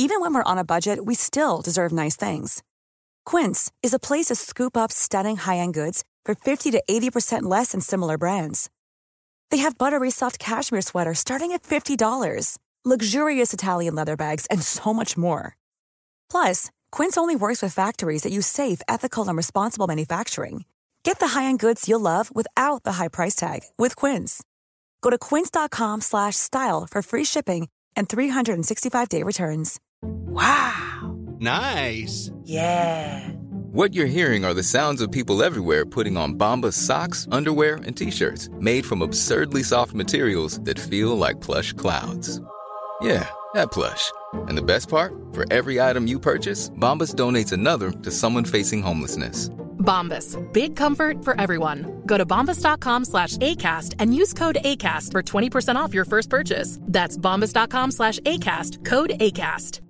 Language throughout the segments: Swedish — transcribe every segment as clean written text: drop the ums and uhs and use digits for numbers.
Even when we're on a budget, we still deserve nice things. Quince is a place to scoop up stunning high-end goods for 50 to 80% less than similar brands. They have buttery soft cashmere sweaters starting at $50, luxurious Italian leather bags, and so much more. Plus, Quince only works with factories that use safe, ethical, and responsible manufacturing. Get the high-end goods you'll love without the high price tag with Quince. Go to quince.com/style for free shipping and 365-day returns. Wow! Nice! Yeah! What you're hearing are the sounds of people everywhere putting on Bombas socks, underwear, and T-shirts made from absurdly soft materials that feel like plush clouds. Yeah, that plush. And the best part? For every item you purchase, Bombas donates another to someone facing homelessness. Bombas. Big comfort for everyone. Go to bombas.com/ACAST and use code ACAST for 20% off your first purchase. That's bombas.com/ACAST. Code ACAST.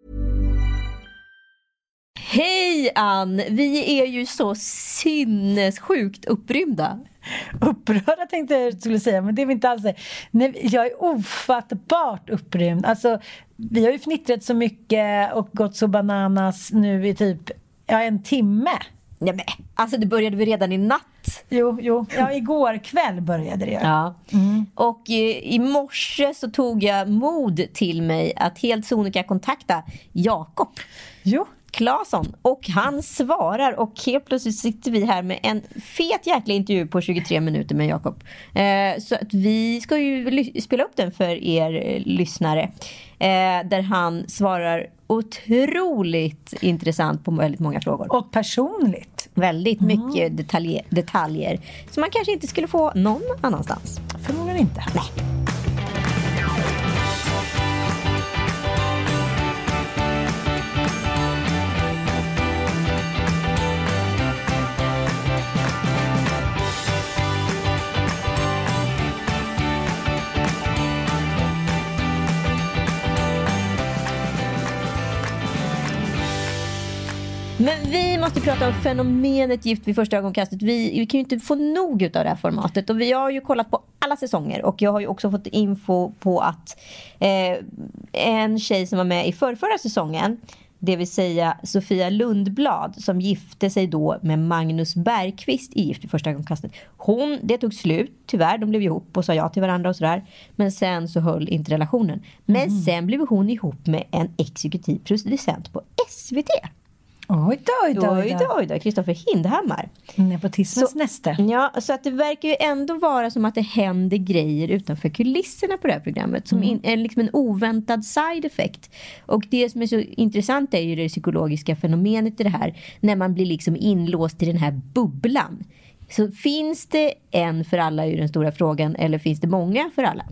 Hej Ann, vi är ju så sinnessjukt upprymda. Upprörda tänkte jag skulle säga, men det är vi inte alls. Nej, jag är ofattbart upprymd. Alltså, vi har ju fnittrat så mycket och gått så bananas nu i typ en timme. Ja, men, alltså det började vi redan i natt. Jo. Ja, igår kväll började det. Ja. Och i morse så tog jag mod till mig att helt sonika kontakta Jakob. Jo. Claesson, och han svarar och helt plötsligt sitter vi här med en fet jäkla intervju på 23 minuter med Jakob. Så att vi ska ju spela upp den för er lyssnare, där han svarar otroligt intressant på väldigt många frågor. Och personligt. Väldigt mycket detaljer som man kanske inte skulle få någon annanstans. Förmodligen inte. Nej. Men vi måste prata om fenomenet Gift vid första ögonkastet. Vi kan ju inte få nog av det här formatet. Och vi har ju kollat på alla säsonger. Och jag har ju också fått info på att en tjej som var med i förra säsongen, det vill säga Sofia Lundblad, som gifte sig då med Magnus Bergqvist i Gift vid första ögonkastet. Det tog slut, tyvärr. De blev ihop och sa ja till varandra och sådär. Men sen så höll inte relationen. Men sen blev hon ihop med en exekutiv producent på SVT. Oj då. Kristoffer Hindhammar. Nepotismens näste. Ja, så att det verkar ju ändå vara som att det händer grejer utanför kulisserna på det här programmet. Som är liksom en oväntad side effect. Och det som är så intressant är ju det psykologiska fenomenet i det här. När man blir liksom inlåst i den här bubblan. Så finns det en för alla i den stora frågan, eller finns det många för alla?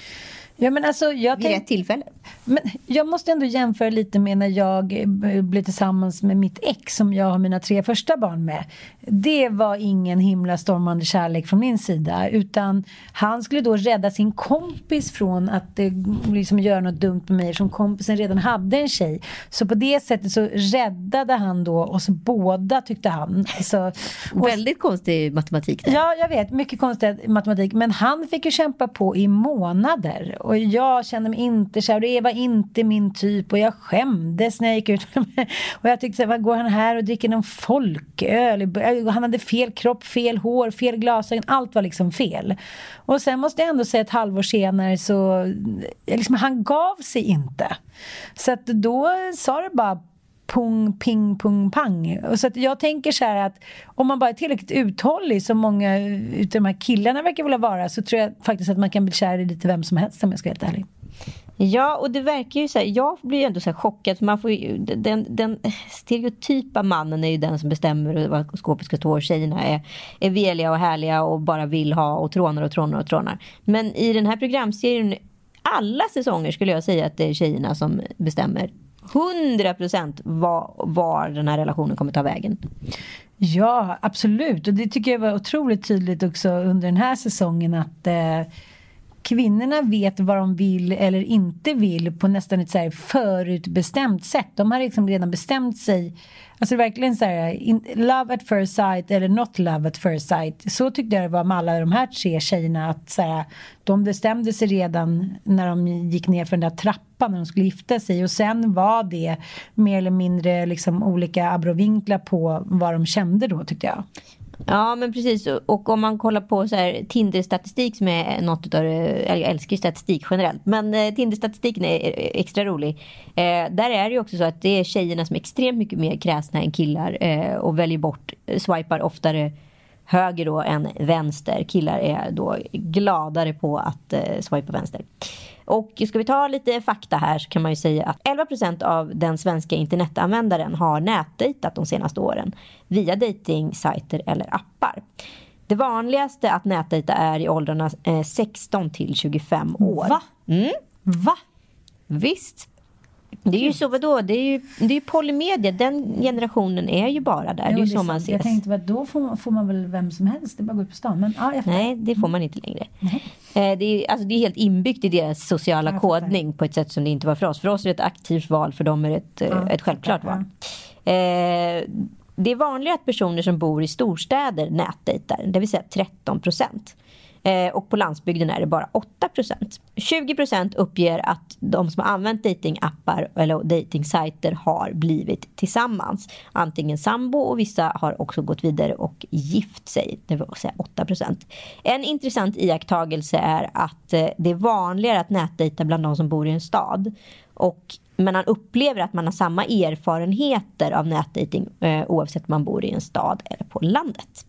Ja, men alltså, vid rätt tillfälle. Men jag måste ändå jämföra lite med när jag blev tillsammans med mitt ex som jag har mina 3 första barn med. Det var ingen himla stormande kärlek från min sida, utan han skulle då rädda sin kompis från att liksom göra något dumt med mig, som kompisen redan hade en tjej. Så på det sättet så räddade han då oss båda, tyckte han. Så, väldigt konstig matematik där. Ja, jag vet, mycket konstig matematik, men han fick ju kämpa på i månader. Och jag kände mig inte kär. Det var inte min typ. Och jag skämdes när jag gick ut. Och jag tyckte, vad går han här och dricker någon folköl? Han hade fel kropp, fel hår, fel glasögon. Allt var liksom fel. Och sen måste jag ändå säga, ett halvår senare så liksom, han gav sig inte. Så att då sa det bara pung, ping, pung, pang. Och så att jag tänker så här att om man bara är tillräckligt uthållig, som många utav de här killarna verkar vilja vara, så tror jag faktiskt att man kan bli kär i lite vem som helst, om jag ska vara helt ärlig. Ja, och det verkar ju så här, jag blir ju ändå så här chockad, för man får ju, den stereotypa mannen är ju den som bestämmer vad skåpet ska stå, och tjejerna är veliga och härliga och bara vill ha och trånar. Men i den här programserien, alla säsonger skulle jag säga att det är tjejerna som bestämmer 100% var den här relationen kommer ta vägen. Ja, absolut. Och det tycker jag var otroligt tydligt också under den här säsongen, att kvinnorna vet vad de vill eller inte vill på nästan ett så här förutbestämt sätt. De har liksom redan bestämt sig. Alltså verkligen så här, love at first sight eller not love at first sight. Så tyckte jag det var med alla de här 3 tjejerna, att så här, de bestämde sig redan när de gick ner för den där trappan när de skulle gifta sig, och sen var det mer eller mindre liksom olika abrovinklar på vad de kände då, tyckte jag. Ja, men precis. Och om man kollar på så här Tinder-statistik, som är något av det, jag älskar statistik generellt, men Tinder-statistiken är extra rolig. Där är det ju också så att det är tjejerna som är extremt mycket mer kräsna än killar och väljer bort, swipar oftare höger då än vänster. Killar är då gladare på att swipa vänster. Och ska vi ta lite fakta här, så kan man ju säga att 11% av den svenska internetanvändaren har nätdejtat de senaste åren via datingsajter eller appar. Det vanligaste att nätdejta är i åldrarna 16 till 25 år. Va? Va? Visst. Det är ju så, vadå? Det är ju polymedia. Den generationen är ju bara där. Jo, det är ju så man ses. Jag tänkte att då får man väl vem som helst. Det är bara att gå ut på stan. Men, nej, det får man inte längre. Det är helt inbyggt i deras sociala kodning på ett sätt som det inte var för oss. För oss är det ett aktivt val, för dem är det ett självklart val. Det är vanligare att personer som bor i storstäder nätdejtar, det vill säga 13%. Och på landsbygden är det bara 8%. 20% uppger att de som har använt datingappar eller datingsajter har blivit tillsammans. Antingen sambo, och vissa har också gått vidare och gift sig. Det vill säga 8%. En intressant iakttagelse är att det är vanligare att nätdejta bland de som bor i en stad. Men man upplever att man har samma erfarenheter av nätdating oavsett om man bor i en stad eller på landet.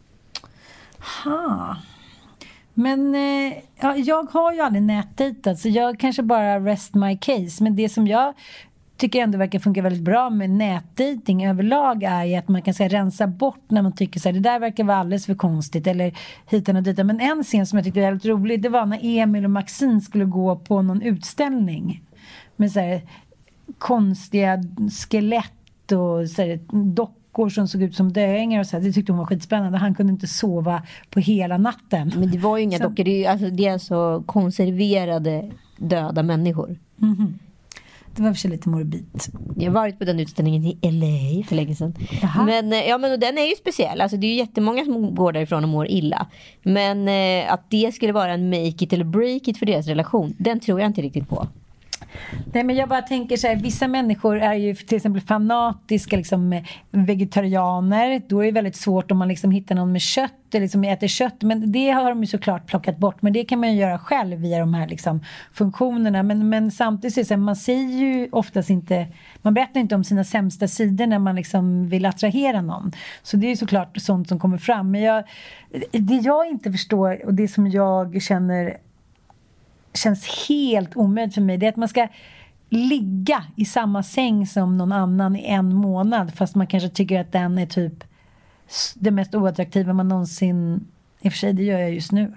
Men jag har ju aldrig nätdejtat, så jag kanske bara rest my case. Men det som jag tycker ändå verkar funka väldigt bra med nätdating överlag är ju att man kan säga, rensa bort när man tycker så här, det där verkar vara alldeles för konstigt eller hitan och ditan. Men en scen som jag tyckte var väldigt rolig, det var när Emil och Maxine skulle gå på någon utställning med så här konstiga skelett och så här dockor som såg ut som döingar och så här. Det tyckte hon var skitspännande. Han kunde inte sova på hela natten. Men det var ju inga dockor, det är alltså konserverade döda människor. Det var för lite morbid. Jag har varit på den utställningen i LA för länge sedan. Men den är ju speciell. Alltså det är ju jättemånga som går därifrån och mår illa. Men att det skulle vara en make it eller break it för deras relation, den tror jag inte riktigt på. Nej, men jag bara tänker så här, vissa människor är ju till exempel fanatiska liksom vegetarianer. Då är det väldigt svårt om man liksom hittar någon med kött eller liksom äter kött. Men det har de ju såklart plockat bort. Men det kan man ju göra själv via de här liksom funktionerna. Men samtidigt så är det så här, man säger ju oftast inte, man berättar inte om sina sämsta sidor när man liksom vill attrahera någon. Så det är ju såklart sånt som kommer fram. Men det jag inte förstår och det som jag känns helt omöjligt för mig, det är att man ska ligga i samma säng som någon annan i 1 månad, fast man kanske tycker att den är typ det mest oattraktiva man någonsin, i och för sig det gör jag just nu.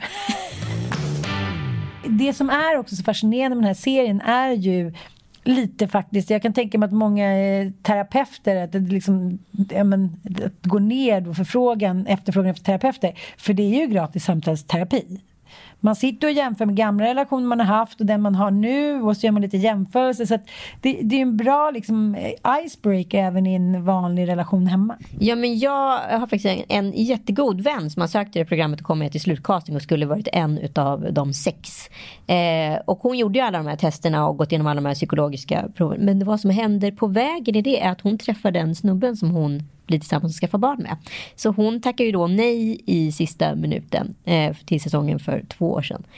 Det som är också så fascinerande med den här serien är ju lite faktiskt, jag kan tänka mig att många terapeuter att det liksom, att gå ner då efterfrågan efter terapeuter, för det är ju gratis samtalsterapi. Man sitter och jämför med gamla relationer man har haft och den man har nu, och så gör man lite jämförelse. Så att det är en bra liksom icebreaker även i en vanlig relation hemma. Ja, men jag har faktiskt en jättegod vän som har sökt till det programmet och kommit till slutcasting och skulle varit en utav de 6. Och hon gjorde ju alla de här testerna och gått igenom alla de här psykologiska proven. Men vad som händer på vägen i det är att hon träffar den snubben som hon blir tillsammans och skaffa barn med. Så hon tackar ju då nej i sista minuten till säsongen för 2 år sedan.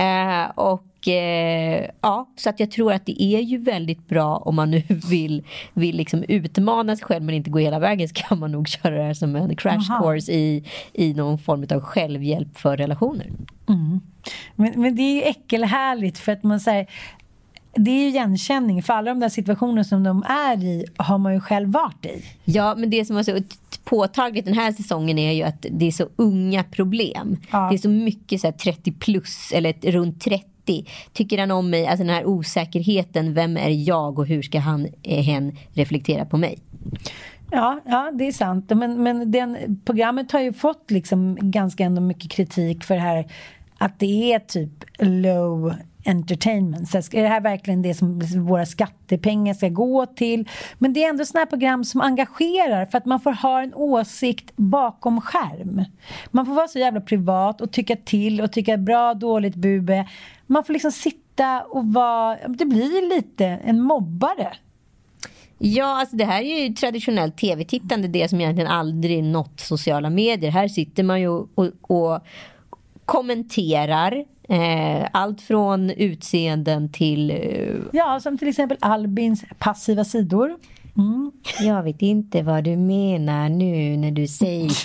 Så att jag tror att det är ju väldigt bra om man nu vill liksom utmana sig själv men inte gå hela vägen, så kan man nog köra det här som en crash course i någon form av självhjälp för relationer. Men det är ju äckelhärligt, för att man säger, det är ju igenkänning, för alla de där situationer som de är i har man ju själv varit i. Ja, men det som var så påtagligt den här säsongen är ju att det är så unga problem. Ja. Det är så mycket så här 30 plus eller runt 30. Tycker han om mig? Alltså den här osäkerheten, vem är jag och hur ska hen reflektera på mig? Ja, det är sant. Men programmet har ju fått liksom ganska ändå mycket kritik för det här att det är typ low entertainment. Så är det här verkligen det som våra skattepengar ska gå till? Men det är ändå såna här program som engagerar, för att man får ha en åsikt bakom skärm. Man får vara så jävla privat och tycka till och tycka bra, dåligt, bube. Man får liksom sitta och vara, det blir lite en mobbare. Ja, alltså det här är ju traditionellt tv-tittande, det som egentligen aldrig nått sociala medier. Här sitter man ju och kommenterar allt från utseenden till... Ja, som till exempel Albins passiva sidor. Jag vet inte vad du menar nu när du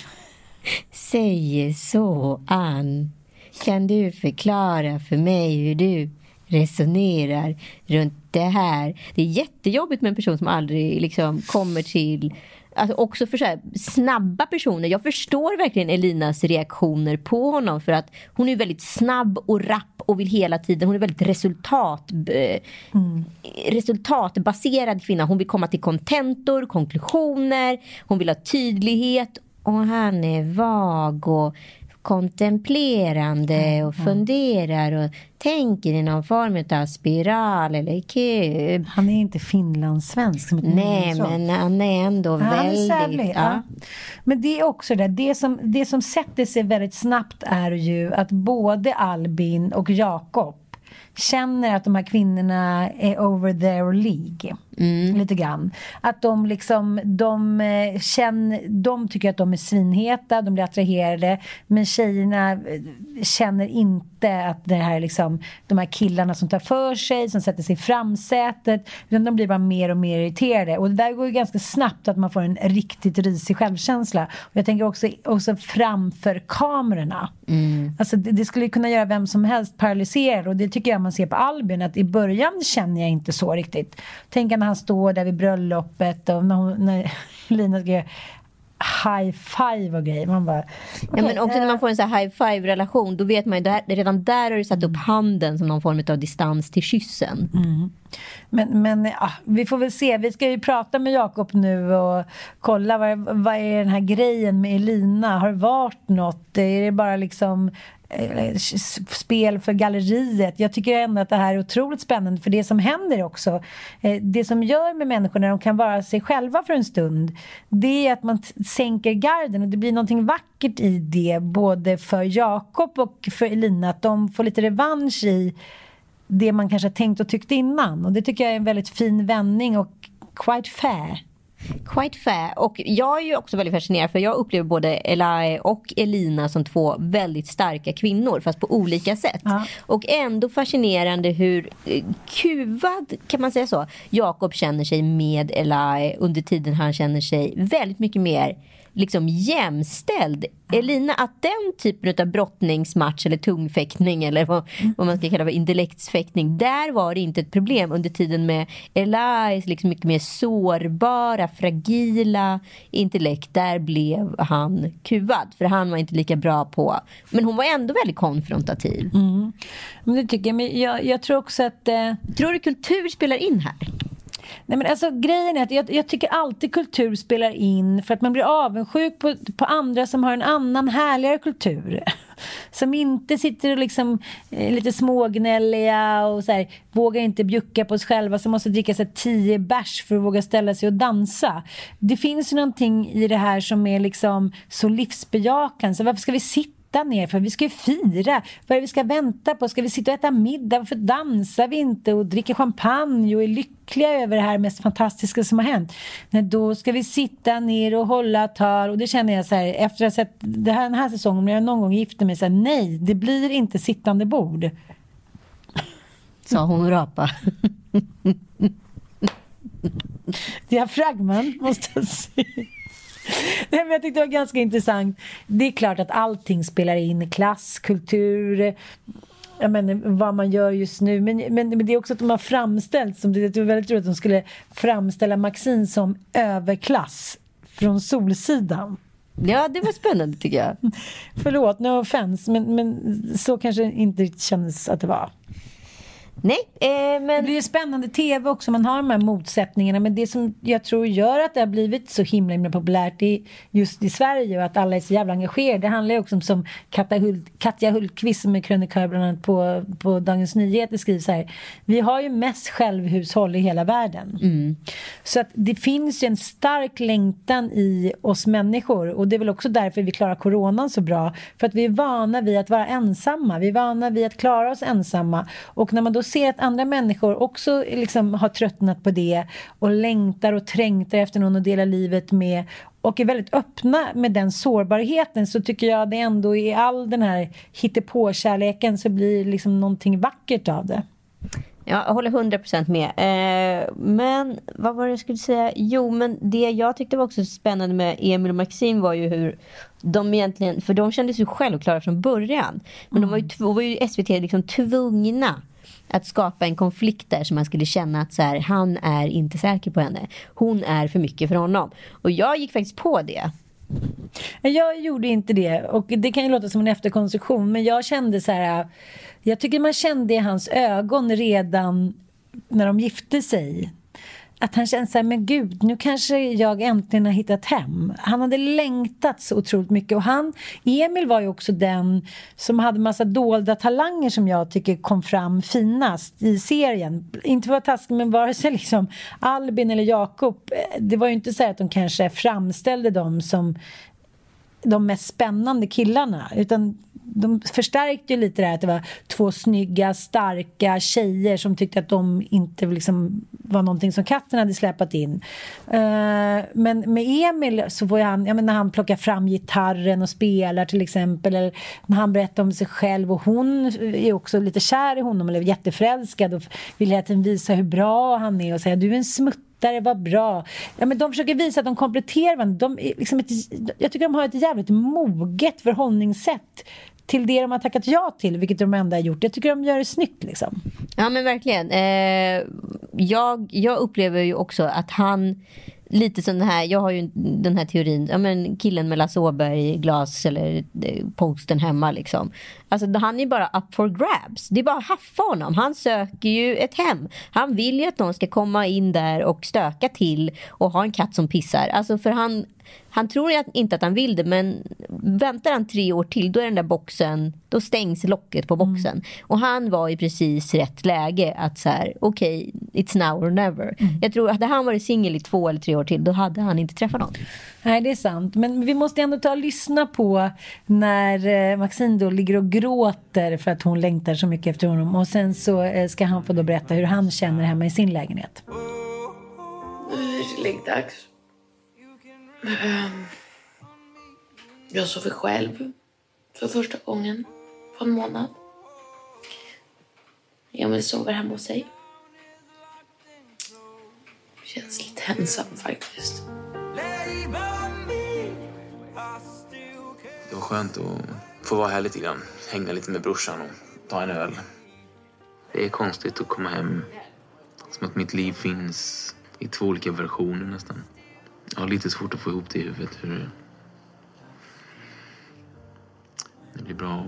säger så, Ann. Kan du förklara för mig hur du resonerar runt det här? Det är jättejobbigt med en person som aldrig liksom kommer till... Alltså också för så här snabba personer. Jag förstår verkligen Elinas reaktioner på honom, för att hon är väldigt snabb och rapp och vill hela tiden, hon är väldigt resultatbaserad kvinna. Hon vill komma till kontentor, konklusioner, hon vill ha tydlighet, och han är vag och kontemplerande och funderar och tänker i någon form av spiral eller kub. Han är inte finlandssvensk. Nej, men han är ändå väldigt... Ja. Men det är också det som sätter sig väldigt snabbt är ju att både Albin och Jakob känner att de här kvinnorna är over their League. Lite grann. Att de liksom, de tycker att de är svinheta, de blir attraherade, men tjejerna känner inte att det här liksom, de här killarna som tar för sig, som sätter sig i framsätet, utan de blir bara mer och mer irriterade. Och det där går ju ganska snabbt att man får en riktigt risig självkänsla. Och jag tänker också framför kamerorna. Alltså det skulle kunna göra vem som helst paralyserad, och det tycker jag man ser på Albin, att i början känner jag inte så riktigt. Tänk när han står där vid bröllopet och när Lina ska göra high five och grejer. Man bara, ja, men också när man får en så här high five relation, då vet man ju redan där har du satt upp handen som någon form av distans till kyssen. Men ja, vi får väl se. Vi ska ju prata med Jakob nu och kolla vad är den här grejen med Elina. Har det varit något? Är det bara liksom spel för galleriet? Jag tycker ändå att det här är otroligt spännande, för det som händer också, det som gör med människor när de kan vara sig själva för en stund, det är att man sänker garden, och det blir någonting vackert i det, både för Jakob och för Elina, att de får lite revansch i det man kanske tänkt och tyckt innan, och det tycker jag är en väldigt fin vändning och quite fair. Quite fair. Och jag är ju också väldigt fascinerad, för jag upplever både Elahe och Elina som två väldigt starka kvinnor, fast på olika sätt. Och ändå fascinerande hur kuvad, kan man säga så, Jakob känner sig med Elahe under tiden han känner sig väldigt mycket mer liksom jämställd. Elina, att den typen av brottningsmatch eller tungfäktning eller vad man ska kalla för intellektsfäktning, där var det inte ett problem under tiden med Elias liksom mycket mer sårbara, fragila intellekt. Där blev han kuvad, för han var inte lika bra på, men hon var ändå väldigt konfrontativ. Men det tycker jag, men jag tror också att tror du kultur spelar in här? Nej, men alltså grejen är att jag tycker alltid kultur spelar in, för att man blir avundsjuk på andra som har en annan härligare kultur. Som inte sitter och liksom lite smågnälliga och så här, vågar inte bjucka på sig själva, som måste dricka så 10 bärs för att våga ställa sig och dansa. Det finns ju någonting i det här som är liksom så livsbejakande. Så varför ska vi sitta ner, för vi ska ju fira, vad är det vi ska vänta på, ska vi sitta och äta middag, varför dansar vi inte och dricker champagne och är lyckliga över det här mest fantastiska som har hänt? Nej, då ska vi sitta ner och hålla tal, och det känner jag så här, efter att ha sett den här säsongen, om jag någon gång gifter mig, så här, nej, det blir inte sittande bord, sa hon rapa. diafragman måste jag säga. Nej, men jag tyckte det var ganska intressant. Det är klart att allting spelar in, klass, kultur, jag menar, vad man gör just nu, men det är också att de har framställt som, det var väldigt roligt att de skulle framställa Maxine som överklass från Solsidan. Ja, det var spännande tycker jag. Förlåt, no offense, men så kanske inte kändes att det var. Nej, men... Det blir ju spännande tv också, man har de här motsättningarna, men det som jag tror gör att det har blivit så himla populärt just i Sverige och att alla är så jävla engagerade, det handlar ju också om som Katja Hultqvist som är krönikör bland annat på Dagens Nyheter skriver så här: vi har ju mest självhushåll i hela världen. Så att det finns ju en stark längtan i oss människor, och det är väl också därför vi klarar coronan så bra, för att vi är vana vid att vara ensamma, vi är vana vid att klara oss ensamma, och när man då ser att andra människor också liksom har tröttnat på det och längtar och trängtar efter någon att dela livet med och är väldigt öppna med den sårbarheten, så tycker jag det ändå i all den här hittepåkärleken så blir liksom någonting vackert av det. Ja, jag håller 100% med. Men vad var det jag skulle säga? Jo, men det jag tyckte var också spännande med Emil och Maxine var ju hur de egentligen, för de kändes ju självklara från början, men de var ju SVT liksom tvungna att skapa en konflikt där, så man skulle känna att så här, han är inte säker på henne. Hon är för mycket för honom. Och jag gick faktiskt på det. Jag gjorde inte det, och det kan ju låta som en efterkonstruktion, men jag kände så här, jag tycker man kände i hans ögon redan när de gifte sig att han kände så här, men gud, nu kanske jag äntligen har hittat hem. Han hade längtat så otroligt mycket, och Emil var ju också den som hade massa dolda talanger som jag tycker kom fram finast i serien. Inte var taskig, men vare sig liksom Albin eller Jakob, det var ju inte så att de kanske framställde dem som de mest spännande killarna, utan de förstärkte ju lite det här att det var två snygga, starka tjejer som tyckte att de inte liksom var någonting som katten hade släpat in. Men med Emil så får han, när han plockar fram gitarren och spelar till exempel, eller när han berättar om sig själv, och hon är också lite kär i honom eller jätteförälskad och vill hela tiden visa hur bra han är och säga, du är en smuttare, vad bra. Ja, men de försöker visa att de kompletterar varandra. Jag tycker de har ett jävligt moget förhållningssätt till det de har tackat ja till, vilket de ändå har gjort. Jag tycker de gör det snyggt liksom. Ja, men verkligen. Jag upplever ju också att han lite som den här, jag har ju den här teorin, ja men killen med Lasse Åberg glas eller posten hemma liksom. Alltså han är bara up for grabs. Det är bara att haffa honom. Han söker ju ett hem. Han vill ju att någon ska komma in där och stöka till och ha en katt som pissar. Alltså för han tror inte att han vill det, men väntar han 3 år till, då är den där boxen, då stängs locket på boxen. Och han var i precis rätt läge att så här, okej, it's now or never. Jag tror att hade han varit singel i 2 eller 3 år till, då hade han inte träffat någon. Nej, det är sant. Men vi måste ändå ta och lyssna på när Maxine då ligger och gråter för att hon längtar så mycket efter honom. Och sen så ska han få då berätta hur han känner hemma i sin lägenhet. Läggdags. Jag sover själv för första gången på en månad. Emil sover hemma hos sig. Känns lite ensam faktiskt. Det var skönt att få vara här lite grann. Hänga lite med brorsan och ta en öl. Det är konstigt att komma hem. Som att mitt liv finns i 2 olika versioner nästan. Jag har lite svårt att få ihop det i huvudet. Hur det blir bra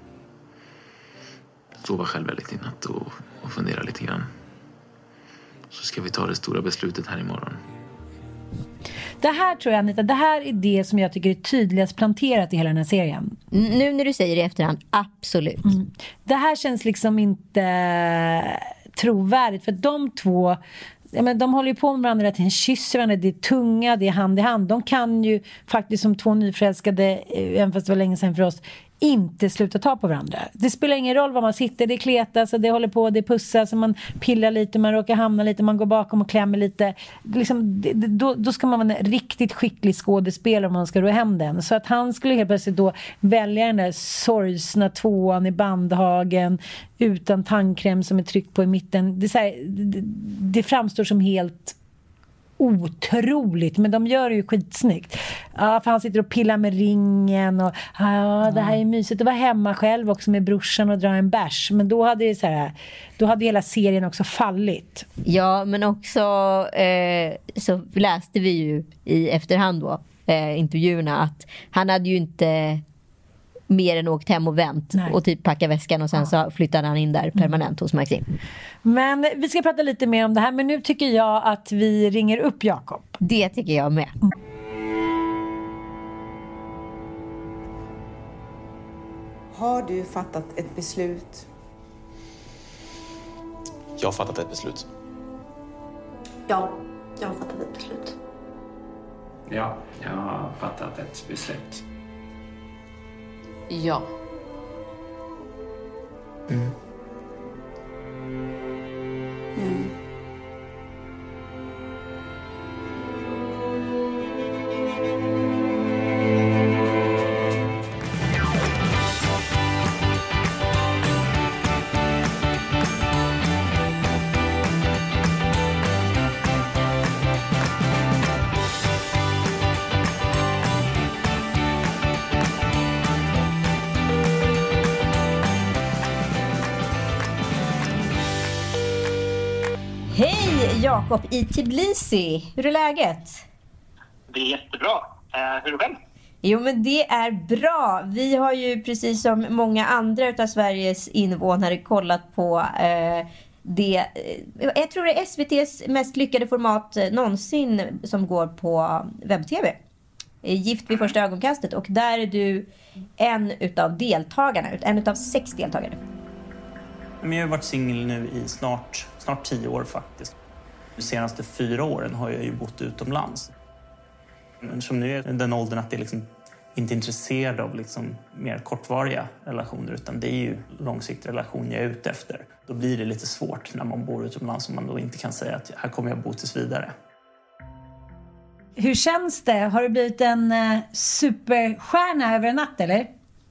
att sova själv väldigt i natt och fundera lite grann. Så ska vi ta det stora beslutet här imorgon. Det här tror jag, Anita, det här är det som jag tycker är tydligast planterat i hela den här serien. Nu när du säger det i efterhand, absolut. Det här känns liksom inte trovärdigt, för de två, men de håller ju på med varandra till en kyss varandra, det är tunga, det är hand i hand. De kan ju faktiskt som 2 nyförälskade, även fast det var länge sedan för oss, inte sluta ta på varandra. Det spelar ingen roll var man sitter, det kletas och det håller på, det pussas, så man pillar lite, man råkar hamna lite, man går bakom och klämmer lite. Liksom, då ska man vara en riktigt skicklig skådespelare om man ska ro hem den. Så att han skulle helt plötsligt då välja den där sorgsna 2:an i Bandhagen utan tandkräm som är tryckt på i mitten. Det framstår som helt otroligt, men de gör det ju skitsnyggt. Ja, för han sitter och pillar med ringen och det här är mysigt att vara hemma själv också med brorsan och dra en bärs, men då hade det då hade hela serien också fallit. Ja, men också så läste vi ju i efterhand då intervjuerna att han hade ju inte mer än åkt hem och vänt och typ packa väskan och sen så flyttade han in där permanent hos Maxim. Men vi ska prata lite mer om det här, men nu tycker jag att vi ringer upp Jakob. Det tycker jag med. Har du fattat ett beslut? Jag har fattat ett beslut. Ja, jag har fattat ett beslut. Ja, jag har fattat ett beslut. Ja. Hej Jakob i Tbilisi, hur är läget? Det är jättebra. Hur är det själv? Jo men det är bra. Vi har ju precis som många andra utav Sveriges invånare kollat på det. Jag tror det är SVT:s mest lyckade format någonsin som går på webb-tv. Gift vid första ögonkastet. Och där är du en utav deltagarna, en utav 6 deltagare. Men jag har varit singel nu i snart 10 år faktiskt. De senaste 4 åren har jag ju bott utomlands. Men som nu är den åldern att det liksom inte är intresserad av liksom mer kortvariga relationer, utan det är ju långsiktig relation jag är ute efter. Då blir det lite svårt när man bor utomlands och man då inte kan säga att här kommer jag bo tills vidare. Hur känns det? Har du blivit en superstjärna över en natt eller?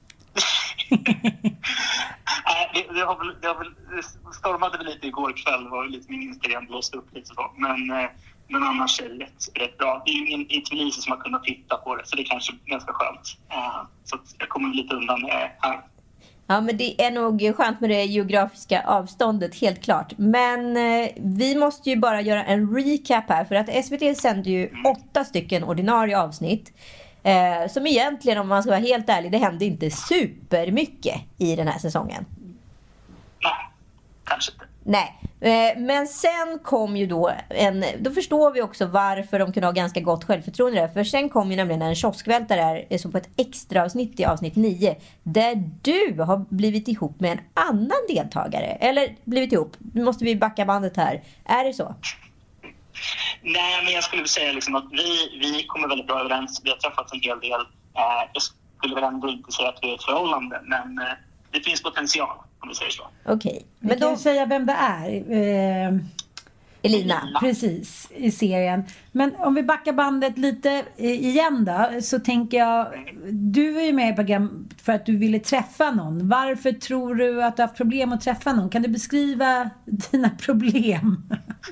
Det stormade väl lite igår kväll och lite min Instagram blåste upp lite så. Men annars är det rätt bra. Det är ju ingen i Tbilisi som har kunnat titta på det, så det är kanske ganska skönt. Så jag kommer lite undan här. Ja, men det är nog skönt med det geografiska avståndet, helt klart. Men vi måste ju bara göra en recap här, för att SVT sänder ju 8 stycken ordinarie avsnitt. Som egentligen, om man ska vara helt ärlig, det hände inte supermycket i den här säsongen. Nej, kanske inte. Nej, men sen kom ju då då förstår vi också varför de kunde ha ganska gott självförtroende där. För sen kom ju nämligen en kioskvältare där, som på ett extra avsnitt i avsnitt 9, där du har blivit ihop med en annan deltagare. Eller blivit ihop, nu måste vi backa bandet här. Är det så? Nej, men jag skulle säga liksom att vi kommer väldigt bra överens. Vi har träffats en hel del. Jag skulle väl ändå inte säga att vi är ett förhållande, men det finns potential, om vi säger så. Okej. Men då säga vem det är. Elina. Precis, i serien. Men om vi backar bandet lite igen då, så tänker jag, du är ju med i program för att du ville träffa någon. Varför tror du att du har haft problem att träffa någon? Kan du beskriva dina problem?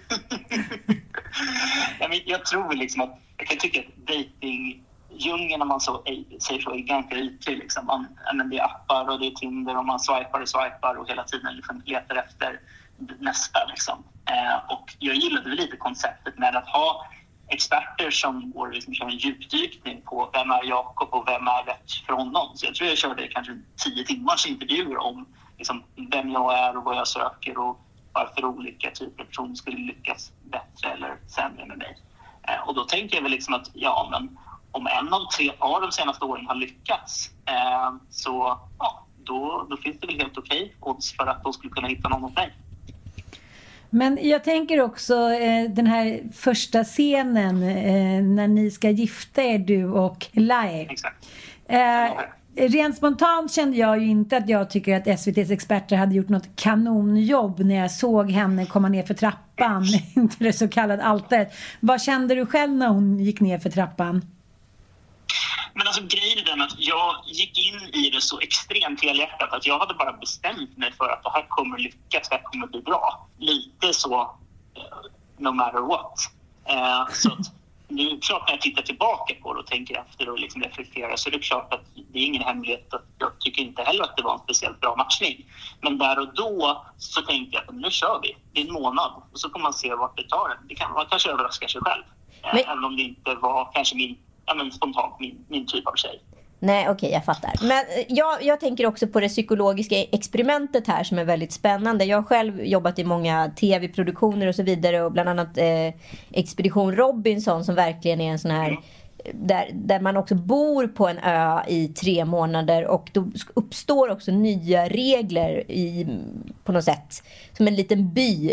Jag tror liksom att jag kan tycka att dejtingdjungeln, när man säger så, är ganska ytlig. Liksom. Det är appar och det är Tinder och man swipar och hela tiden liksom letar efter nästa. Liksom. Och jag gillade väl lite konceptet med att ha experter som går liksom kör en djupdykning på vem är Jakob och vem är rätt för honom. Så jag tror jag körde kanske 10 timmars intervjuer om liksom vem jag är och vad jag söker och varför olika typer av personer skulle lyckas bättre eller sämre med mig. Och då tänker jag väl liksom att men om en av 3 par de senaste åren har lyckats, så då finns det väl helt okej odds för att de skulle kunna hitta någon åt mig. Men jag tänker också den här första scenen när ni ska gifta er, du och Lae. Exakt. Rent spontant kände jag ju inte att jag tycker att SVT:s experter hade gjort något kanonjobb när jag såg henne komma ner för trappan till det så kallade altaret. Vad kände du själv när hon gick ner för trappan? Men alltså grejen är den att jag gick in i det så extremt helhjärtat att jag hade bara bestämt mig för att det här kommer lyckas, det här kommer bli bra. Lite så, no matter what. Så att det är klart, när jag tittar tillbaka på det och tänker efter och liksom reflekterar, så är det klart att det är ingen hemlighet att jag tycker inte heller att det var en speciellt bra matchning. Men där och då så tänkte jag att nu kör vi. Det är en månad och så får man se vart det tar den. Man kanske överraskar sig själv. Även om det inte var kanske spontant min typ av tjej. Nej, okej, jag fattar. Men jag tänker också på det psykologiska experimentet här som är väldigt spännande. Jag har själv jobbat i många tv-produktioner och så vidare, och bland annat Expedition Robinson, som verkligen är en sån här där man också bor på en ö i 3 månader, och då uppstår också nya regler på något sätt, som en liten by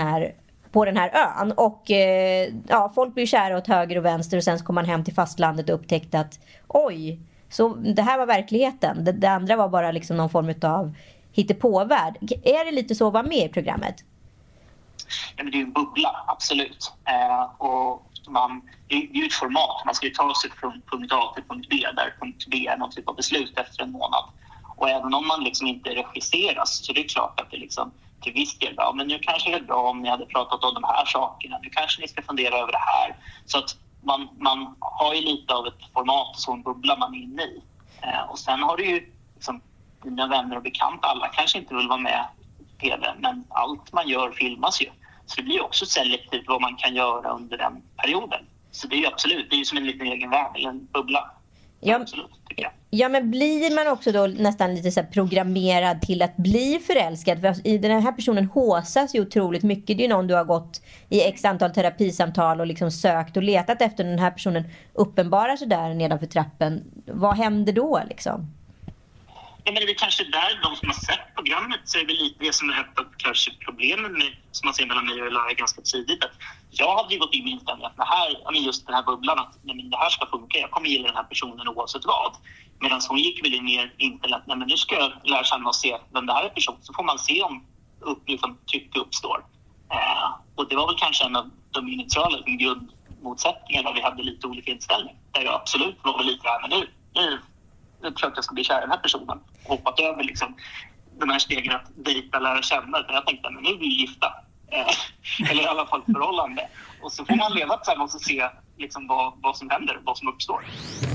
på den här ön, och folk blir kära åt höger och vänster, och sen så kommer man hem till fastlandet och upptäckte att oj, så det här var verkligheten, det andra var bara liksom någon form av hittepåvärld. Är det lite så att vara med i programmet? Ja, men det är ju en bubbla, absolut. Och det är ju ett format. Man ska ju ta sig från punkt A till punkt B, där punkt B är någon typ av beslut efter en månad. Och även om man liksom inte regisseras, så det är klart att det liksom till viss del, men nu kanske det är bra om ni hade pratat om de här sakerna. Nu kanske ni ska fundera över det här. Så att man har ju lite av ett format, så en bubbla man är inne i. Och sen har du ju liksom dina vänner och bekanta, alla kanske inte vill vara med på tv, men allt man gör filmas ju. Så det blir också selektivt vad man kan göra under den perioden. Så det är ju absolut, det är ju som en liten egen värld eller en bubbla. Ja, absolut, tycker jag. Ja, men blir man också då nästan lite så här programmerad till att bli förälskad? För i den här personen håsas ju otroligt mycket. Det är ju någon du har gått i x antal terapisamtal och liksom sökt och letat efter. Den här personen uppenbarar sig där nedanför trappen. Vad händer då liksom? Ja, men det är kanske där de som har sett programmet, så är det lite det som är ett av kanske problemen med, som man ser mellan mig och Ella ganska tidigt, att jag hade ju gått in med inställningen att just den här bubblan, att det här ska funka, jag kommer gilla den här personen oavsett vad. Medan hon gick väl mer inställd att nu ska jag lära känna och se vem det här är person, så får man se om tryck uppstår. Och det var väl kanske en av de initiala grundmotsättningarna, där vi hade lite olika inställning. Där jag absolut var väl lite men nu jag tror att jag ska bli kär i den här personen. Hoppat över liksom den här stegen att dejta, lära känna. Men jag tänkte, men nu är vi gifta. Eller i alla fall förhållande. Och så får man leva tillsammans och se liksom vad som händer, vad som uppstår.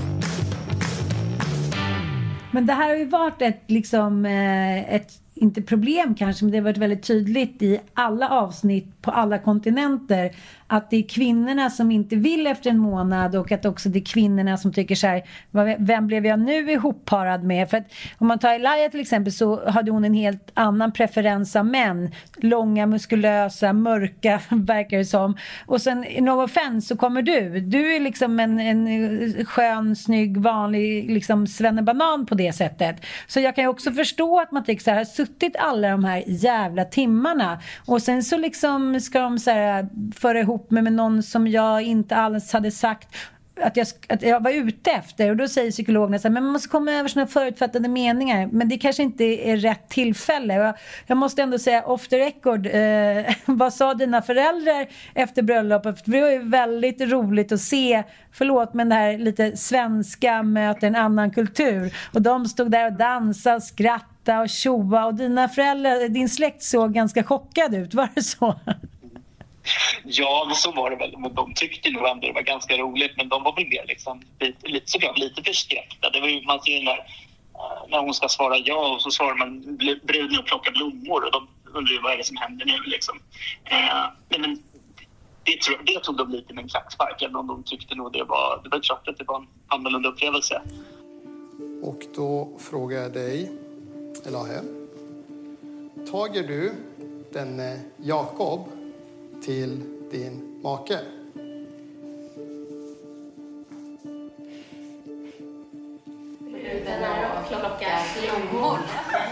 Men det här har ju varit ett inte problem kanske, men det har varit väldigt tydligt i alla avsnitt på alla kontinenter att det är kvinnorna som inte vill efter en månad, och att också det är kvinnorna som tycker så här, vem blev jag nu ihopparad med? För att om man tar Elia till exempel, så hade hon en helt annan preferens av män, långa, muskulösa, mörka verkar det som, och sen no offense så kommer du är liksom en skön, snygg, vanlig liksom svennebanan på det sättet. Så jag kan ju också förstå att man tycker så här, suttit alla de här jävla timmarna, och sen så liksom ska de så här föra ihop med någon som jag inte alls hade sagt att jag var ute efter, och då säger psykologerna så här, men man måste komma över såna förutfattade meningar, men det kanske inte är rätt tillfälle. Jag måste ändå säga off the record, vad sa dina föräldrar efter bröllopet? För det var ju väldigt roligt att se, förlåt, men det här lite svenska möter en annan kultur, och de stod där och dansade och skrattade och tjoa, och dina föräldrar, din släkt såg ganska chockad ut, var det så? Ja, men så var det väl. Men de tyckte nog ändå det var ganska roligt. Men de var väl mer liksom, lite förskräckta. Det var ju, man ser när hon ska svara ja, och så svarar man bruden och plockar blommor. Och de undrar ju vad är det som händer nu liksom. Men det tog de lite med en klackspark. Även om de tyckte nog det var klart att det var en annorlunda upplevelse. Och då frågar jag dig, Elahe. Tager du den Jakob till din make? Bruden är och plockar blommor.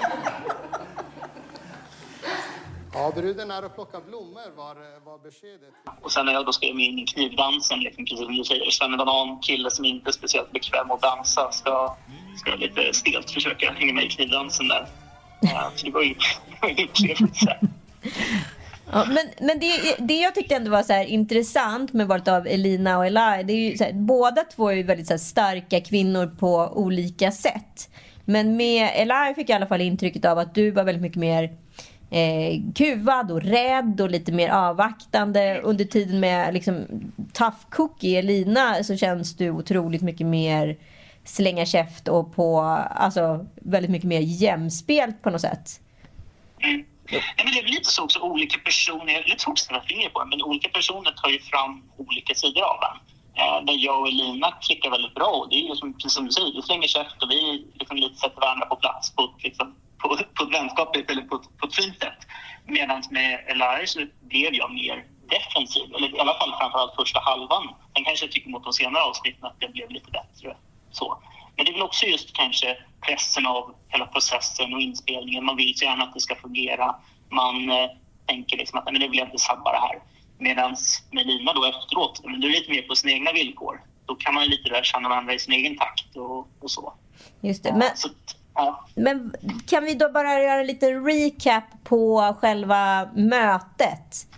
Ja, bruden är och plockar blommor var beskedet. Och sen när jag då ska med in i knivdansen, liksom, precis som du säger, svennebanan, kille som inte är speciellt bekväm att dansa, ska lite stelt försöka hänga med i knivdansen där. Så det var ju en upplevelse. Ja, men det jag tyckte ändå var så här intressant med valet av Elina och Eli, det är ju så här, båda två är ju väldigt så här starka kvinnor på olika sätt. Men med Eli fick jag i alla fall intrycket av att du var väldigt mycket mer kuvad och rädd och lite mer avvaktande. Under tiden med liksom tough cookie Elina, så känns du otroligt mycket mer slänga käft och på, alltså väldigt mycket mer jämspelt på något sätt. Ja, men det är lite så också, olika personer, jag tror inte att jag finger på det, men olika personer tar ju fram olika sidor av den. där jag och Elina klickar väldigt bra. Och det är ju precis som du säger, vi slänger käft och vi liksom lite sätter varandra på plats på ett vänskapligt eller på ett fint sätt. Medan med Elijah så blev jag mer defensiv, eller i alla fall framförallt första halvan. Sen kanske jag tycker mot de senare avsnitten att det blev lite bättre. Så. Men det är väl också just kanske pressen av hela processen och inspelningen. Man vill så gärna att det ska fungera. Man tänker liksom att men det vill jag inte sabba det här. Medan med Lina då efteråt, men du är lite mer på sina egna villkor. Då kan man lite där känna varandra i sin egen takt och så. Just det, men kan vi då bara göra lite recap på själva mötet?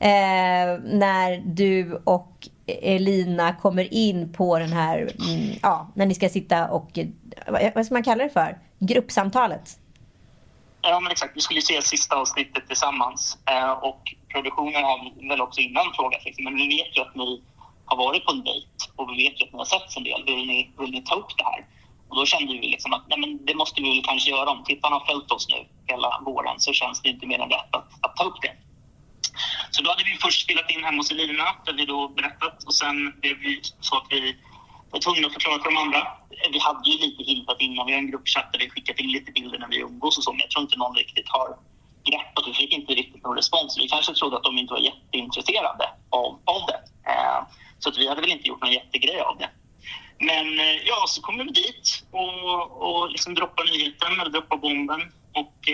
När du och Elina kommer in på den här, när ni ska sitta och, vad ska man kalla det för? Gruppsamtalet. Ja, men exakt. Vi skulle se sista avsnittet tillsammans. Och produktionen har väl också innan frågat. Liksom. Men vi vet ju att ni har varit på en dejt. Och vi vet ju att ni har sett en del. Vill ni ta upp det här? Och då kände vi liksom att nej, men det måste vi väl kanske göra. Om tittarna har följt oss nu hela våren så känns det inte mer än rätt att ta upp det. Så då hade vi först spelat in hemma hos Elina. Där vi då berättat. Och sen blev vi så att vi var tvungna att förklara för de andra. Vi hade ju lite hintat innan. Vi har en gruppchatt där vi skickat in lite bilder när vi umgås och så. Men jag tror inte någon riktigt har greppat. Vi fick inte riktigt någon respons. Vi kanske trodde att de inte var jätteintresserade av det. Så att vi hade väl inte gjort någon jättegrej av det. Men så kommer vi dit och liksom droppar nyheten eller droppar bomben. Och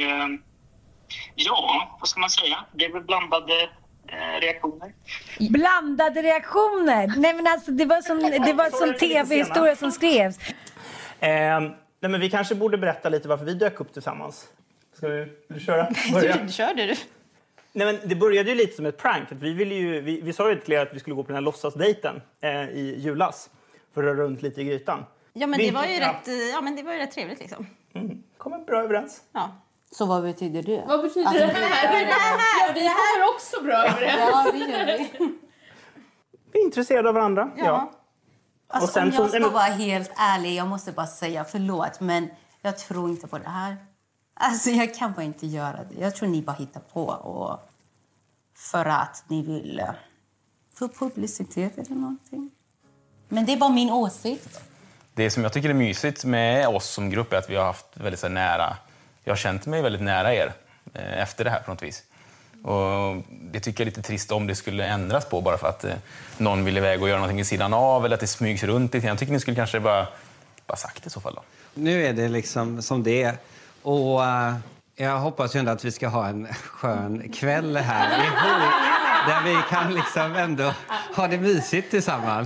vad ska man säga? Det är väl blandade reaktioner. Blandade reaktioner? Nej men alltså det var som tv-historia som skrevs. Nej men vi kanske borde berätta lite varför vi dök upp tillsammans. Vill du köra? Kör du. Nej men det började ju lite som ett prank. Vi sa ju till er att vi skulle gå på den här låtsasdejten i julas. För att röra runt lite i grytan. Ja men det var ju rätt trevligt liksom. Kommer bra överens. Ja. Så vad betyder det? Vad betyder det här? Ja, vi kommer också bra överens. Ja, det gör vi. Vi är intresserade av varandra. Ja. Alltså, och sen, om jag ska vara helt ärlig, jag måste bara säga förlåt. Men jag tror inte på det här. Alltså jag kan bara inte göra det. Jag tror ni bara hittar på. Och för att ni vill få publicitet eller någonting. Men det är bara min åsikt. Det som jag tycker är mysigt med oss som grupp är att vi har haft väldigt så nära... Jag har känt mig väldigt nära er efter det här på något vis. Och det tycker jag är lite trist om det skulle ändras på bara för att någon vill iväg och göra någonting i sidan av eller att det smygs runt lite. Jag tycker ni skulle kanske bara sagt det i så fall då. Nu är det liksom som det är. Och jag hoppas ju ändå att vi ska ha en skön kväll här ihop. Där vi kan liksom ändå ha det mysigt tillsammans.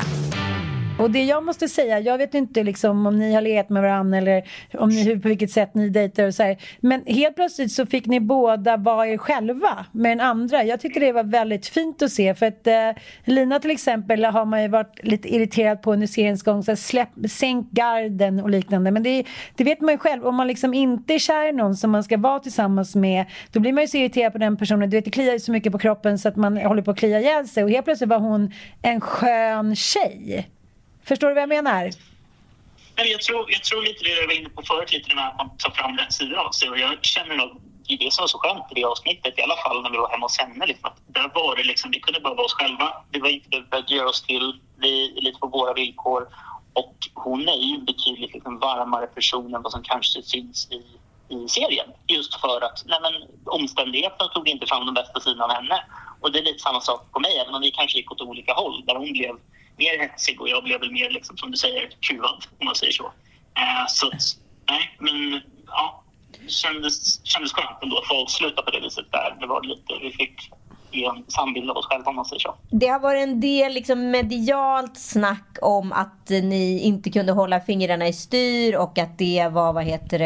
Och det jag måste säga, jag vet inte liksom om ni har legat med varandra eller om ni, på vilket sätt ni dejtar och så här. Men helt plötsligt så fick ni båda vara er själva med den andra. Jag tycker det var väldigt fint att se. För att Lina till exempel har man ju varit lite irriterad på under seriens gång. Så sänk garden och liknande. Men det vet man ju själv. Om man liksom inte är kär i någon som man ska vara tillsammans med, då blir man ju så irriterad på den personen. Du vet, det kliar ju så mycket på kroppen så att man håller på att klia ihjäl sig. Och helt plötsligt var hon en skön tjej. Förstår du vad jag menar? Nej, jag tror lite det jag var inne på förut, lite när man tar fram rätt sidor av sig. Och jag känner nog i det som var så skönt i det avsnittet, i alla fall när vi var hemma hos henne. Liksom, att där var det liksom, vi kunde bara vara oss själva. Det var inte det att göra oss till, vi är lite på våra villkor. Och hon är ju betydligt liksom varmare person än vad som kanske syns i serien. Just för att omständigheterna tog inte fram den bästa sidan av henne. Och det är lite samma sak på mig, även om vi kanske gick åt olika håll. Där hon blev mer hetsig och jag blev väl mer, liksom, som du säger, kuvad, om man säger så. Så nej, men ja, det kändes skönt ändå att få avsluta på det viset där. Det var lite, vi fick ge en sambild av oss själva, om man säger så. Det har varit en del liksom medialt snack om att ni inte kunde hålla fingrarna i styr och att det var,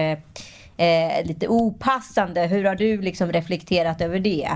lite opassande. Hur har du liksom reflekterat över det?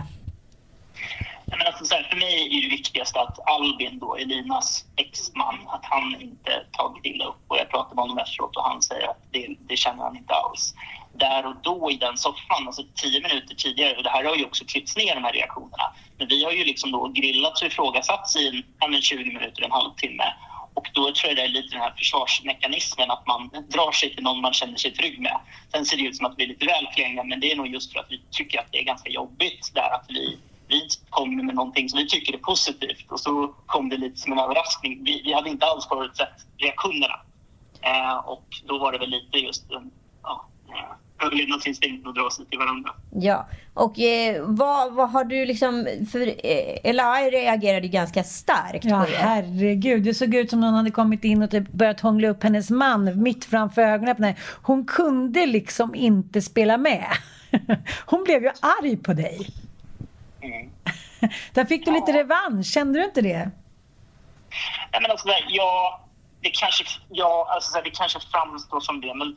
Men alltså, så här, för mig är det viktigaste att Albin då, Elinas exman, att han inte tagit illa upp. Och jag pratade med honom efteråt och han säger att det känner han inte alls. Där och då i den soffan, alltså 10 minuter tidigare, och det här har ju också klippts ner, de här reaktionerna. Men vi har ju liksom då grillats och ifrågasatts i 20 minuter, en halvtimme. Och då tror jag det är lite den här försvarsmekanismen att man drar sig till någon man känner sig trygg med. Sen ser det ut som att vi är lite väl klänga, men det är nog just för att vi tycker att det är ganska jobbigt där att vi vi kommer med någonting som vi tycker är positivt. Och så kom det lite som en överraskning. Vi hade inte alls förutsett reaktionerna. Och då var det väl lite just överlevnadsinstinkten att dra sig till varandra. Ja, och vad har du liksom... För Eli reagerade ju ganska starkt på det. Herregud, det såg ut som någon hade kommit in och typ börjat hångla upp hennes man mitt framför ögonen på henne. Hon kunde liksom inte spela med. Hon blev ju arg på dig. Där fick du lite revansch, kände du inte det? Nej, men alltså, det kanske framstår som det, men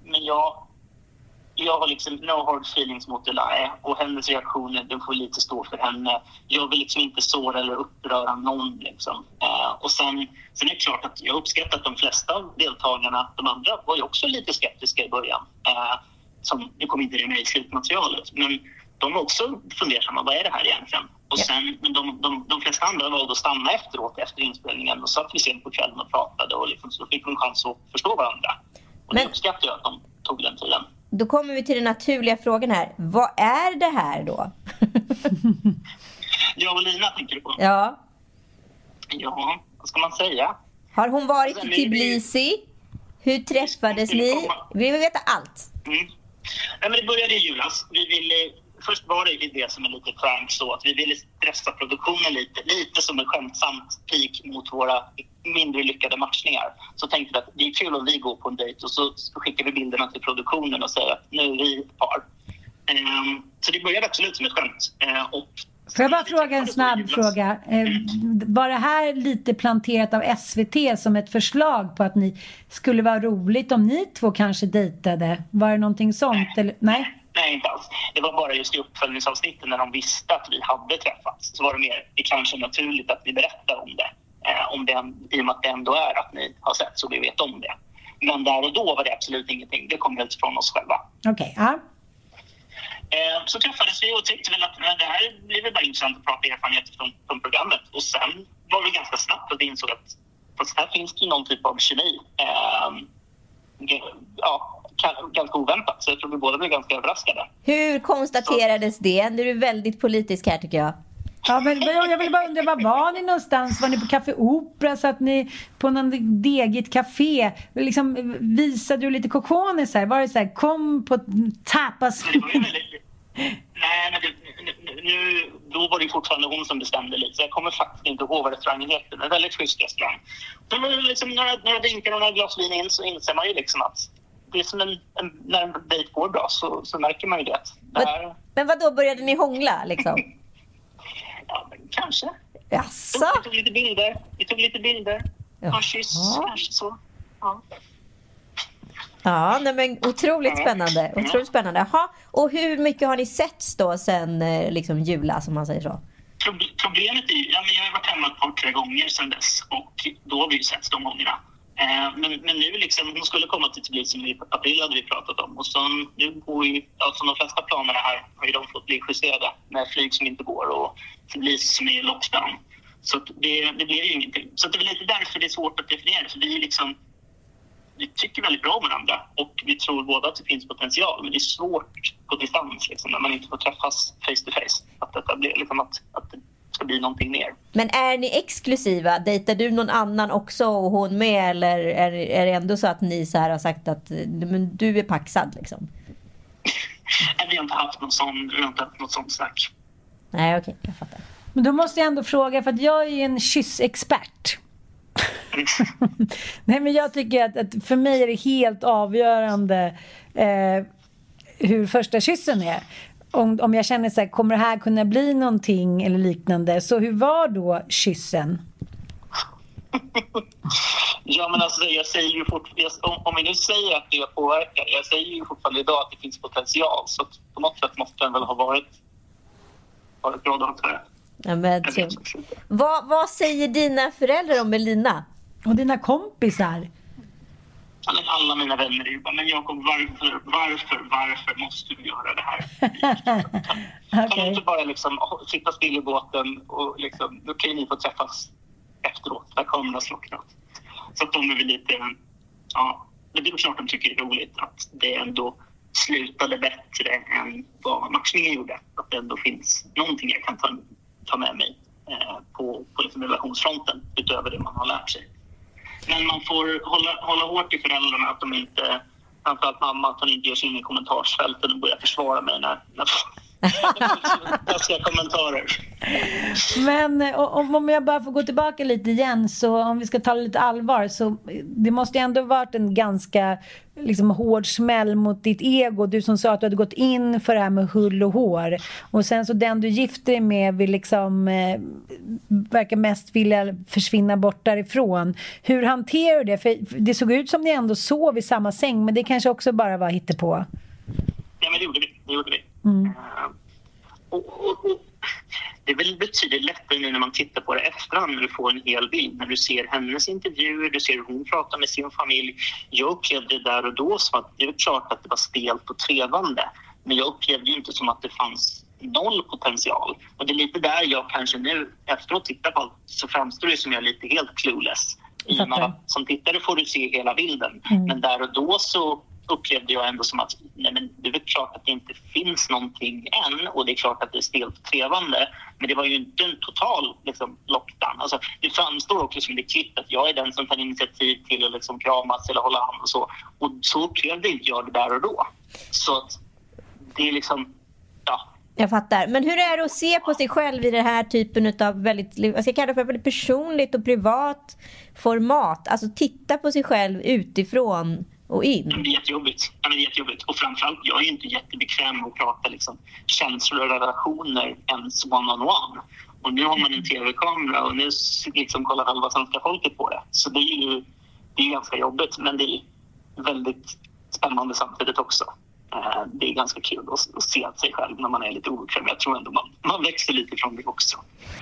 jag har liksom no hard feelings mot Eli, och hennes reaktioner, den får lite stå för henne. Jag vill liksom inte såra eller uppröra någon liksom. Och sen är det klart att jag uppskattar att de flesta av deltagarna, de andra, var ju också lite skeptiska i början. Det kom inte det med i slutmaterialet, men de var också fundersamma, vad är det här egentligen? Och sen, de flesta andra valde att stanna efteråt, efter inspelningen, och satt vi sen på kvällen och pratade, och liksom, så fick de en chans att förstå varandra. Och det uppskattar jag att de tog den tiden. Då kommer vi till den naturliga frågan här. Vad är det här då? Jag och Lina tänker du på? Ja. Ja, vad ska man säga? Har hon varit i Tbilisi? Hur träffades ni? Vi vill veta allt. Nej, men det började i julas. Först var det som en lite prank, så att vi ville stressa produktionen lite som en skämtsamt pik mot våra mindre lyckade matchningar. Så tänkte vi att det är kul om vi går på en dejt, och så skickar vi bilderna till produktionen och säger att nu är vi ett par. Så det började absolut som ett skämt. Får jag bara fråga en snabb fråga? Var det här lite planterat av SVT som ett förslag på att ni skulle vara roligt om ni två kanske dejtade? Var det någonting sånt? Eller? Nej, inte alls. Det var bara just i uppföljningsavsnitten när de visste att vi hade träffats. Så var det mer, det kanske naturligt att vi berättar om det. I och med att det ändå är att ni har sett, så vi vet om det. Men där och då var det absolut ingenting. Det kom helt från oss själva. Okej, ja. Så träffades vi och tyckte väl att det här blir väl bara intressant att prata erfarenheter från programmet. Och sen var det ganska snabbt att vi insåg att fast här finns det någon typ av kemi. Ganska oväntat. Så jag tror vi båda blev ganska överraskade. Hur konstaterades det? Nu är du väldigt politisk här, tycker jag. Ja, men jag vill bara undra, var var ni någonstans? Var ni på Café Opera? Satt ni på någon degigt café? Liksom, visade du lite kokones här? Var det så här, kom på tapas? Nej, men då var det fortfarande hon som bestämde lite. Så jag kommer faktiskt inte ihåg vad restaurangen heter. En väldigt schysst restaurang. Så liksom, några drinkar och några glas vin in, så inser man ju liksom att det är som när en dejt går bra, så märker man ju det. Men vad då började ni hångla liksom? Ja, men kanske. Jaså? Vi tog lite bilder. Ja, kyss, kanske så. Ja. Ja, nej, men otroligt spännande. Otroligt spännande. Jaha, och hur mycket har ni setts då sen liksom jula, som man säger så? Problemet är, jag har varit hemma ett par, 3 gånger sedan dess, och då har vi ju setts de gångerna. Men nu liksom, hon skulle komma till Tbilisi i april, hade vi pratat om. Och så nu går ju, alltså de flesta planerna här har ju de fått bli justerade med flyg som inte går och Tbilisi som är i lockdown. Så det blir ju ingenting. Så det är lite därför det är svårt att definiera. För vi tycker väldigt bra om varandra, och vi tror båda att det finns potential. Men det är svårt på distans liksom, när man inte får träffas face to face. Att detta blir liksom att det ska bli någonting mer. Men är ni exklusiva? Dejtar du någon annan också och hon med? Eller är det ändå så att ni så här har sagt att men du är paxad liksom? Vi har inte haft något sånt snack. Nej, okej, jag fattar. Men då måste jag ändå fråga, för att jag är ju en kyssexpert. Nej, men jag tycker att för mig är det helt avgörande hur första kyssen är. Om jag känner så här, kommer det här kunna bli någonting eller liknande, så hur var då kyssen? Ja, men alltså jag säger ju om vi nu säger att det påverkar, jag säger ju fortfarande idag att det finns potential, så på något sätt måste den väl ha varit bra då, tror jag. Ja, men vad säger dina föräldrar om Melina? Och dina kompisar? Alla mina vänner är ju bara, men Jakob, varför måste du göra det här? Kan du inte bara liksom sitta still i båten och liksom, då kan ni få träffas efteråt, där kameran slocknat. Så att de är väl lite, ja, det är klart de tycker det är roligt att det ändå slutade bättre än vad matchningen gjorde. Att det ändå finns någonting jag kan ta med mig på liksom relationsfronten utöver det man har lärt sig. Men man får hålla hårt i föräldrarna att de inte, framförallt mamma, att hon inte ger sig in i kommentarsfälten och börjar försvara mig när taskiga kommentarer. Men om jag bara får gå tillbaka lite igen, så om vi ska ta lite allvar, så det måste ju ändå varit en ganska liksom hård smäll mot ditt ego. Du som sa att du hade gått in för det här med hull och hår, och sen så den du gifte dig med vill liksom verkar mest vilja försvinna bort därifrån. Hur hanterar du det? För det såg ut som ni ändå sov i samma säng, men det kanske också bara var hittepå. Ja, men det gjorde vi. Och det är väl betydligt lättare nu när man tittar på det efterhand, när du får en hel bild, när du ser hennes intervjuer, du ser hur hon pratar med sin familj. Jag upplevde det där och då som att det är klart att det var stelt och trevande, men jag upplevde ju inte som att det fanns noll potential. Och det är lite där jag kanske nu efteråt tittar på, så framstår det som jag är lite helt clueless. I och med att som tittare får du se hela bilden, men där och då så upplevde jag ändå som att nej, men det är väl klart att det inte finns någonting än, och det är klart att det är stelt trevande, men det var ju inte en total liksom, lockdown. Alltså, det framstår också som det klipp att jag är den som tar initiativ till att liksom, kramas eller hålla hand och så upplevde inte jag det där och då. Så att det är liksom, ja. Jag fattar. Men hur är det att se på sig själv i den här typen av väldigt, jag ska kalla det för väldigt personligt och privat format? Alltså titta på sig själv utifrån och in. Det är jättejobbigt. Och framförallt, jag är ju inte jättebekväm med att prata liksom, känslor och relationer ens one-on-one. Och nu har man en tv-kamera och nu liksom, kollar halva svenska folket på det. Så det är ganska jobbigt, men det är väldigt spännande samtidigt också. Det är ganska kul att se sig själv när man är lite obekväm. Jag tror ändå man växer lite från det också.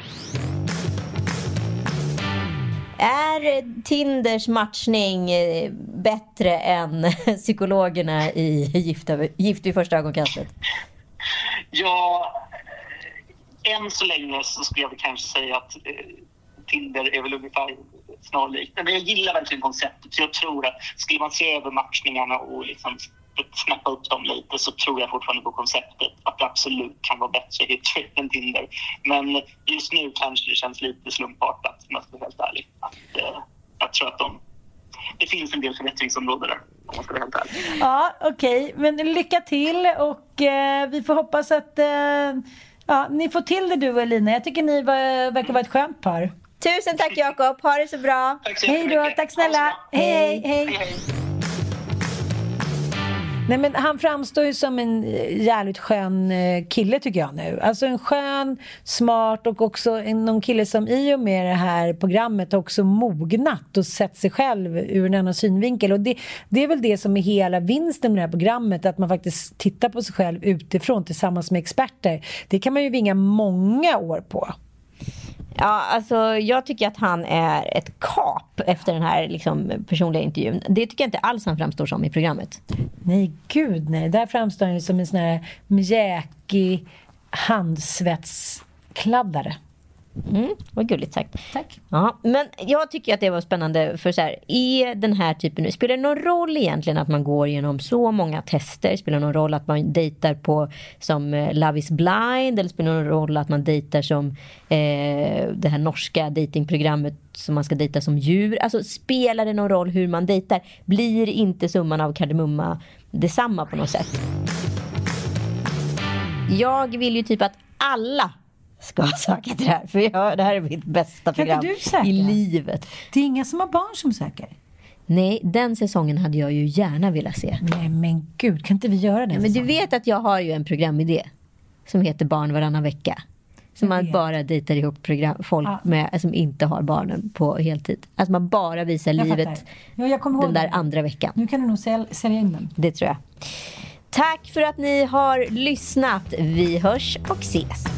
Är Tinders matchning bättre än psykologerna i Gift vid första ögonkastet? Ja, än så länge så skulle jag kanske säga att Tinder är väl ungefär snarlikt. Men jag gillar verkligen konceptet. Så jag tror att skulle man se över matchningarna och liksom snappa upp dem lite, så tror jag fortfarande på konceptet att det absolut kan vara bättre hit än Tinder. Men just nu kanske det känns lite slumpartat, om jag ska vara helt ärlig. Jag tror att det finns en del förbättringsområden där, om man ska vara helt ärlig. Ja, okej. Men lycka till, och vi får hoppas att ni får till det, du och Elina. Jag tycker ni verkar vara ett skönt par. Tusen tack, Jakob. Ha det så bra. Hej då, tack snälla. Hej. Nej, men han framstår ju som en jävligt skön kille, tycker jag nu. Alltså en skön, smart, och också någon kille som i och med det här programmet också mognat och sett sig själv ur en annan synvinkel. Och det är väl det som är hela vinsten med det här programmet, att man faktiskt tittar på sig själv utifrån tillsammans med experter. Det kan man ju vinga många år på. Ja, alltså jag tycker att han är ett kap efter den här liksom, personliga intervjun. Det tycker jag inte alls han framstår som i programmet. Nej, gud nej. Där framstår han ju som en sån här mjäkig handsvetskladdare. Vad gulligt sagt. Tack. Ja, men jag tycker att det var spännande, för så här, i den här typen, spelar det någon roll egentligen att man går igenom så många tester? Spelar det någon roll att man dejtar på som Love is Blind, eller spelar det någon roll att man dejtar som det här norska datingprogrammet som man ska dejta som djur? Alltså spelar det någon roll hur man dejtar? Blir inte summan av kardemumma detsamma på något sätt? Jag vill ju typ att alla ska söka till det här, för det här är mitt bästa program i livet. Det är inga som har barn som söker. Nej, den säsongen hade jag ju gärna velat se. Nej, men gud, kan inte vi göra det? Men du vet att jag har ju en programidé som heter Barn varannan vecka. Som man bara dejtar ihop folk med som inte har barnen på heltid. Alltså man bara visar livet den där andra veckan. Nu kan du nog sälja in den. Det tror jag. Tack för att ni har lyssnat. Vi hörs och ses.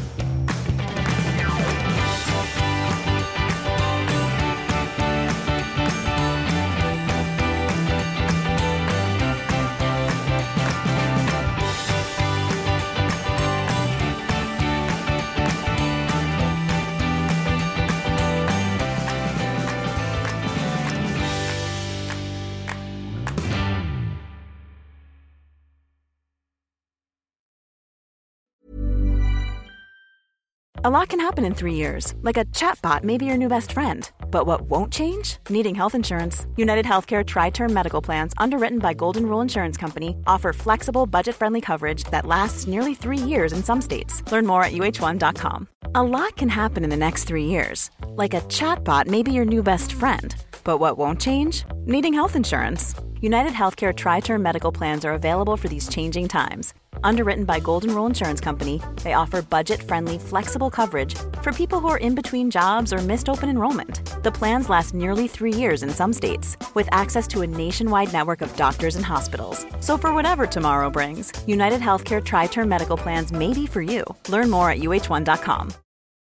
A lot can happen in 3 years, like a chatbot may be your new best friend. But what won't change? Needing health insurance. United Healthcare Tri-Term Medical Plans, underwritten by Golden Rule Insurance Company, offer flexible, budget-friendly coverage that lasts nearly 3 years in some states. Learn more at uh1.com. A lot can happen in the next 3 years. Like a chatbot may be your new best friend. But what won't change? Needing health insurance. United Healthcare Tri-Term Medical Plans are available for these changing times. Underwritten by Golden Rule Insurance Company, they offer budget-friendly, flexible coverage for people who are in between jobs or missed open enrollment. The plans last nearly 3 years in some states, with access to a nationwide network of doctors and hospitals. So for whatever tomorrow brings, United Healthcare Tri-Term Medical Plans may be for you. Learn more at uh1.com.